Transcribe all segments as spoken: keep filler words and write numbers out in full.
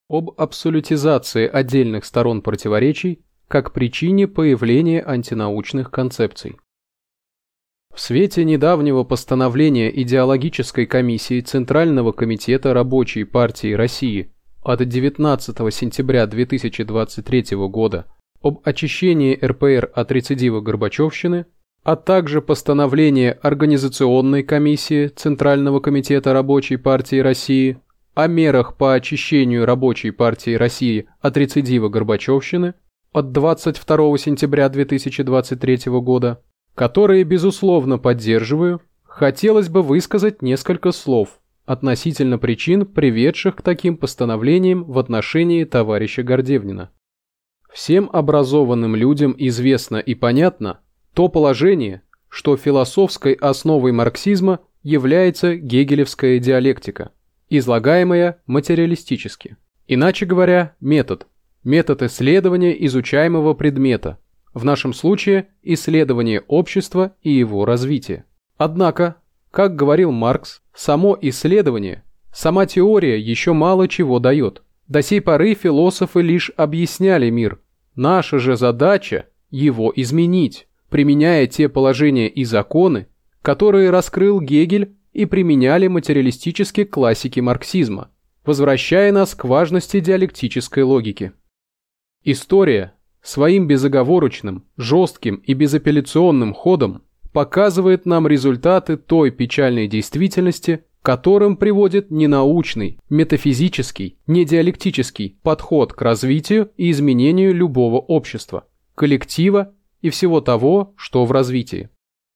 об абсолютизации отдельных сторон противоречий как причине появления антинаучных концепций. В свете недавнего постановления идеологической комиссии Центрального комитета Рабочей партии России от девятнадцатого сентября две тысячи двадцать третьего года об очищении эр пэ эр от рецидива Горбачевщины, а также постановление Организационной комиссии Центрального комитета Рабочей партии России о мерах по очищению Рабочей партии России от рецидива Горбачевщины от двадцать второго сентября две тысячи двадцать третьего года, которые, безусловно, поддерживаю, хотелось бы высказать несколько слов относительно причин, приведших к таким постановлениям в отношении товарища Гордевнина. Всем образованным людям известно и понятно то положение, что философской основой марксизма является гегелевская диалектика, излагаемая материалистически. Иначе говоря, метод. Метод исследования изучаемого предмета, в нашем случае исследование общества и его развития. Однако, как говорил Маркс, само исследование, сама теория еще мало чего дает. До сей поры философы лишь объясняли мир. Наша же задача – его изменить, применяя те положения и законы, которые раскрыл Гегель и применяли материалистические классики марксизма, возвращая нас к важности диалектической логики. История своим безоговорочным, жестким и безапелляционным ходом показывает нам результаты той печальной действительности, к которым приводит не научный, метафизический, не диалектический подход к развитию и изменению любого общества, коллектива и всего того, что в развитии.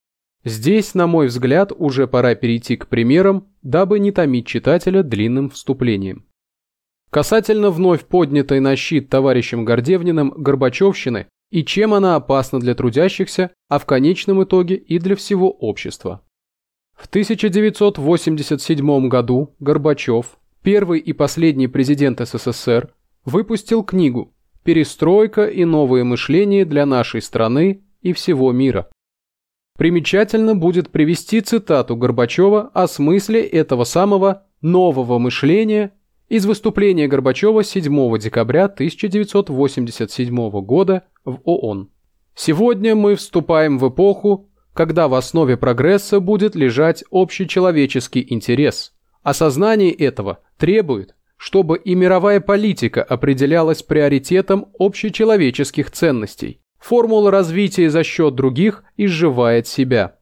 Здесь, на мой взгляд, уже пора перейти к примерам, дабы не томить читателя длинным вступлением. Касательно вновь поднятой на щит товарищем Гордевниным Горбачевщины и чем она опасна для трудящихся, а в конечном итоге и для всего общества. В тысяча девятьсот восемьдесят седьмом году Горбачев, первый и последний президент эс эс эс эр, выпустил книгу «Перестройка и новое мышление для нашей страны и всего мира». Примечательно будет привести цитату Горбачева о смысле этого самого «нового мышления» из выступления Горбачева седьмого декабря тысяча девятьсот восемьдесят седьмого года в ООН. «Сегодня мы вступаем в эпоху, когда в основе прогресса будет лежать общечеловеческий интерес. Осознание этого требует, чтобы и мировая политика определялась приоритетом общечеловеческих ценностей. Формула развития за счет других изживает себя».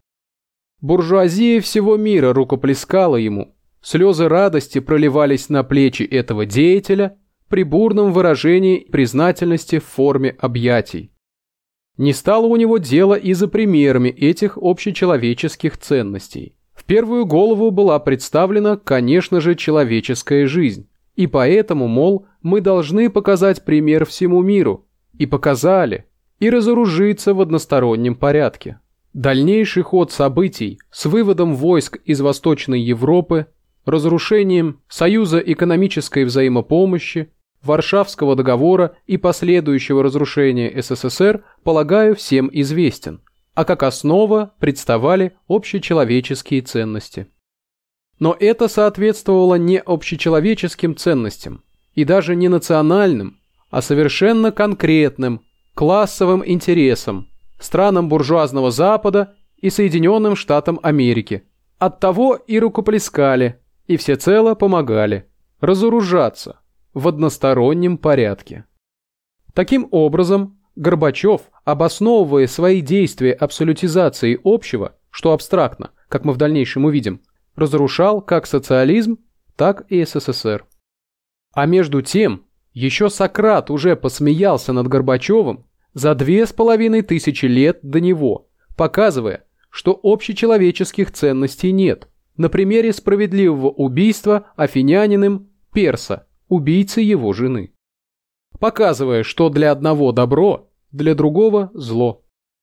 Буржуазия всего мира рукоплескала ему. Слезы радости проливались на плечи этого деятеля при бурном выражении признательности в форме объятий. Не стало у него дела и за примерами этих общечеловеческих ценностей. В первую голову была представлена, конечно же, человеческая жизнь. И поэтому, мол, мы должны показать пример всему миру. И показали. И разоружиться в одностороннем порядке. Дальнейший ход событий с выводом войск из Восточной Европы, разрушением Союза экономической взаимопомощи, Варшавского договора и последующего разрушения эс эс эс эр, полагаю, всем известен, а как основа представали общечеловеческие ценности. Но это соответствовало не общечеловеческим ценностям и даже не национальным, а совершенно конкретным, классовым интересам, странам буржуазного Запада и Соединенным Штатам Америки. Оттого и рукоплескали, и всецело помогали разоружаться в одностороннем порядке. Таким образом, Горбачев, обосновывая свои действия абсолютизацией общего, что абстрактно, как мы в дальнейшем увидим, разрушал как социализм, так и эс эс эс эр. А между тем, еще Сократ уже посмеялся над Горбачевым за две с половиной тысячи лет до него, показывая, что общечеловеческих ценностей нет, на примере справедливого убийства афинянином Перса, убийцы его жены. Показывая, что для одного добро, для другого зло.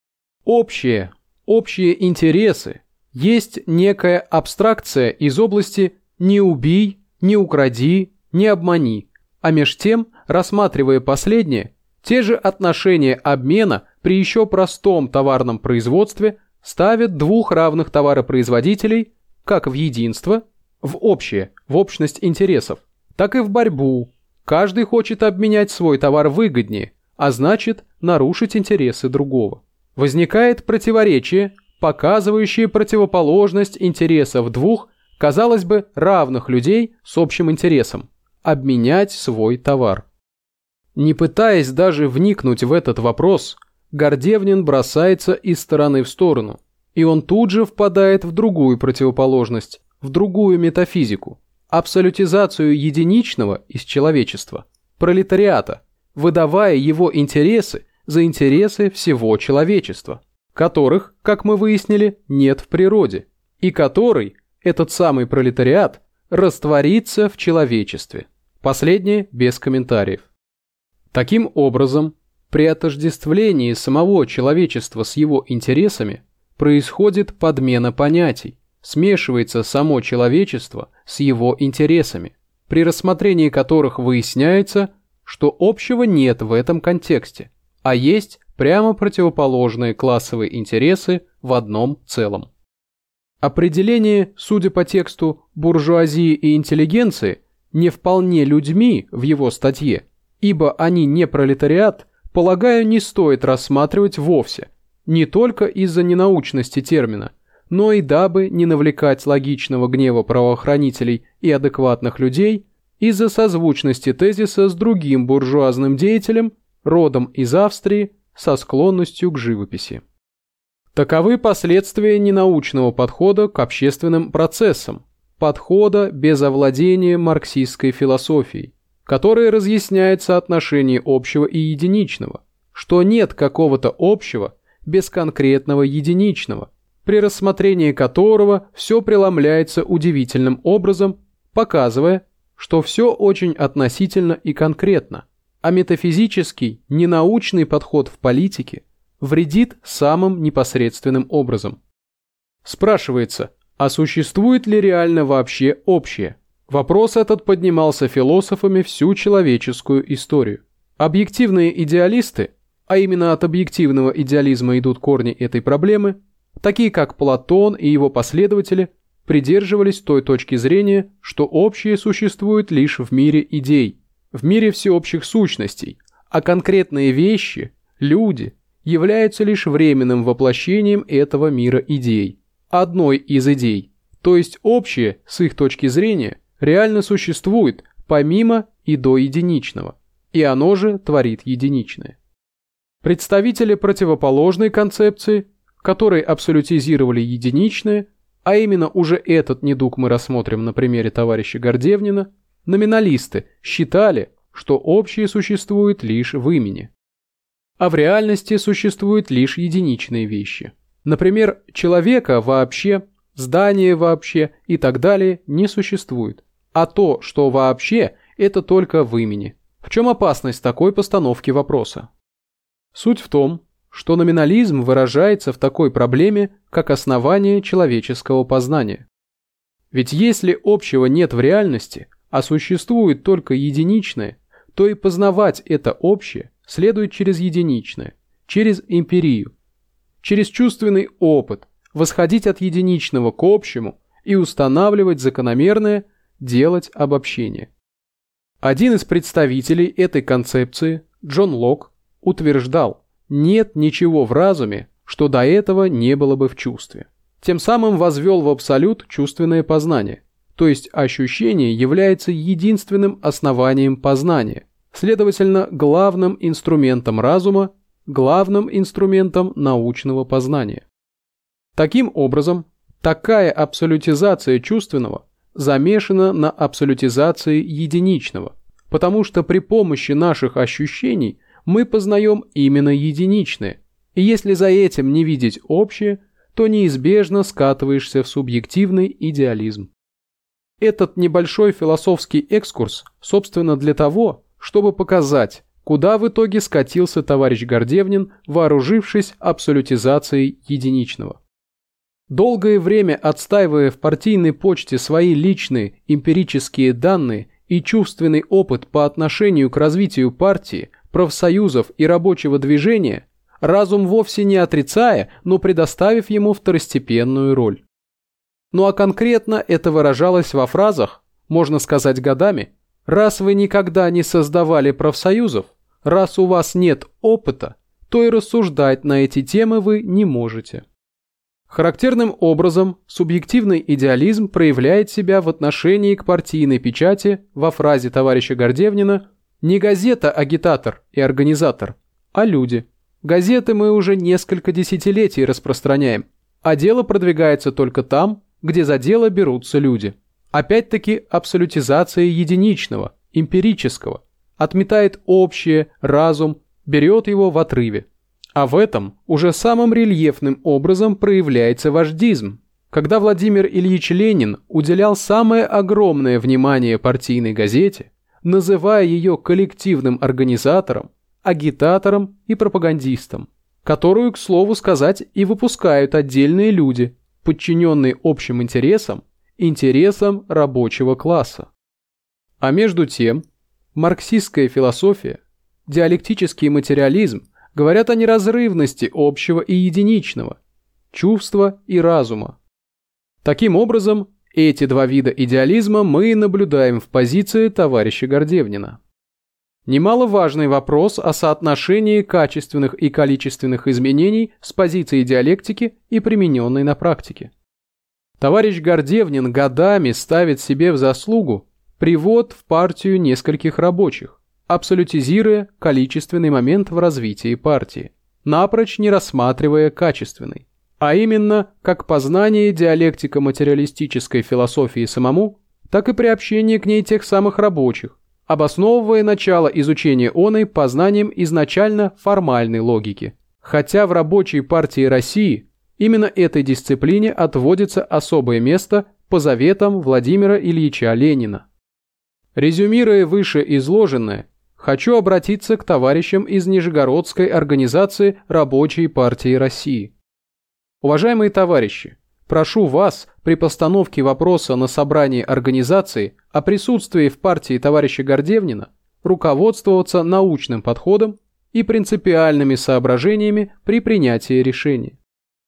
Общие, общие интересы есть некая абстракция из области «не убий», «не укради», «не обмани», а меж тем, рассматривая последнее, те же отношения обмена при еще простом товарном производстве ставят двух равных товаропроизводителей как в единство, в общее, в общность интересов, так и в борьбу, Каждый хочет обменять свой товар выгоднее, а значит нарушить интересы другого. Возникает противоречие, показывающее противоположность интересов двух, казалось бы, равных людей с общим интересом – обменять свой товар. Не пытаясь даже вникнуть в этот вопрос, Гордевнин бросается из стороны в сторону, и он тут же впадает в другую противоположность, в другую метафизику – абсолютизацию единичного из человечества, пролетариата, выдавая его интересы за интересы всего человечества, которых, как мы выяснили, нет в природе, и который, этот самый пролетариат, растворится в человечестве. Последнее без комментариев. Таким образом, при отождествлении самого человечества с его интересами происходит подмена понятий, смешивается само человечество с его интересами, при рассмотрении которых выясняется, что общего нет в этом контексте, а есть прямо противоположные классовые интересы в одном целом. Определение, судя по тексту, буржуазии и интеллигенции не вполне людьми в его статье, ибо они не пролетариат, полагаю, не стоит рассматривать вовсе, не только из-за ненаучности термина, но и дабы не навлекать логичного гнева правоохранителей и адекватных людей из-за созвучности тезиса с другим буржуазным деятелем, родом из Австрии, со склонностью к живописи. Таковы последствия ненаучного подхода к общественным процессам, подхода без овладения марксистской философией, который разъясняет соотношение общего и единичного, что нет какого-то общего без конкретного единичного, при рассмотрении которого все преломляется удивительным образом, показывая, что все очень относительно и конкретно, а метафизический, ненаучный подход в политике вредит самым непосредственным образом. Спрашивается, а существует ли реально вообще общее? Вопрос этот поднимался философами всю человеческую историю. Объективные идеалисты, а именно от объективного идеализма идут корни этой проблемы, такие как Платон и его последователи, придерживались той точки зрения, что общее существует лишь в мире идей, в мире всеобщих сущностей, а конкретные вещи, люди, являются лишь временным воплощением этого мира идей, одной из идей, то есть общее, с их точки зрения, реально существует помимо и до единичного, и оно же творит единичное. Представители противоположной концепции, которые абсолютизировали единичное, а именно уже этот недуг мы рассмотрим на примере товарища Гордевнина, номиналисты считали, что общее существует лишь в имени. А в реальности существуют лишь единичные вещи. Например, человека вообще, здания вообще и так далее не существует. А то, что вообще, это только в имени. В чем опасность такой постановки вопроса? Суть в том, что номинализм выражается в такой проблеме, как основание человеческого познания. Ведь если общего нет в реальности, а существует только единичное, то и познавать это общее следует через единичное, через эмпирию, через чувственный опыт, восходить от единичного к общему и устанавливать закономерное, делать обобщение. Один из представителей этой концепции, Джон Лок, утверждал, нет ничего в разуме, что до этого не было бы в чувстве. Тем самым возвел в абсолют чувственное познание, то есть ощущение является единственным основанием познания, следовательно, главным инструментом разума, главным инструментом научного познания. Таким образом, такая абсолютизация чувственного замешана на абсолютизации единичного, потому что при помощи наших ощущений мы познаем именно единичное, и если за этим не видеть общее, то неизбежно скатываешься в субъективный идеализм. Этот небольшой философский экскурс, собственно, для того, чтобы показать, куда в итоге скатился товарищ Гордевнин, вооружившись абсолютизацией единичного. Долгое время отстаивая в партийной почте свои личные эмпирические данные и чувственный опыт по отношению к развитию партии, профсоюзов и рабочего движения, разум вовсе не отрицая, но предоставив ему второстепенную роль. Ну а конкретно это выражалось во фразах, можно сказать годами, Раз вы никогда не создавали профсоюзов, раз у вас нет опыта, то и рассуждать на эти темы вы не можете. Характерным образом субъективный идеализм проявляет себя в отношении к партийной печати во фразе товарища Гордевнина «Не газета агитатор и организатор, а люди. Газеты мы уже несколько десятилетий распространяем, а дело продвигается только там, где за дело берутся люди». Опять-таки абсолютизация единичного, эмпирического, отметает общее, разум, берет его в отрыве. А в этом уже самым рельефным образом проявляется вождизм, когда Владимир Ильич Ленин уделял самое огромное внимание партийной газете, называя ее коллективным организатором, агитатором и пропагандистом, которую, к слову сказать, и выпускают отдельные люди, подчиненные общим интересам, интересам рабочего класса. А между тем, марксистская философия, диалектический материализм говорят о неразрывности общего и единичного, чувства и разума. Таким образом, эти два вида идеализма мы наблюдаем в позиции товарища Гордевнина. Немаловажный вопрос о соотношении качественных и количественных изменений с позиции диалектики и примененной на практике. Товарищ Гордевнин годами ставит себе в заслугу привод в партию нескольких рабочих, абсолютизируя количественный момент в развитии партии, напрочь не рассматривая качественный, а именно как познание диалектико-материалистической философии самому, так и приобщение к ней тех самых рабочих, обосновывая начало изучения оной познанием изначально формальной логики. Хотя в рабочей партии России именно этой дисциплине отводится особое место по заветам Владимира Ильича Ленина. Резюмируя вышеизложенное, хочу обратиться к товарищам из Нижегородской организации Рабочей партии России. Уважаемые товарищи, прошу вас при постановке вопроса на собрании организации о присутствии в партии товарища Гордевнина руководствоваться научным подходом и принципиальными соображениями при принятии решения.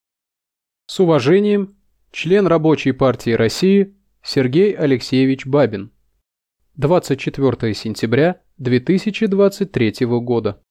С уважением, член Рабочей партии России Сергей Алексеевич Бабин. двадцать четвёртого сентября две тысячи двадцать третьего года.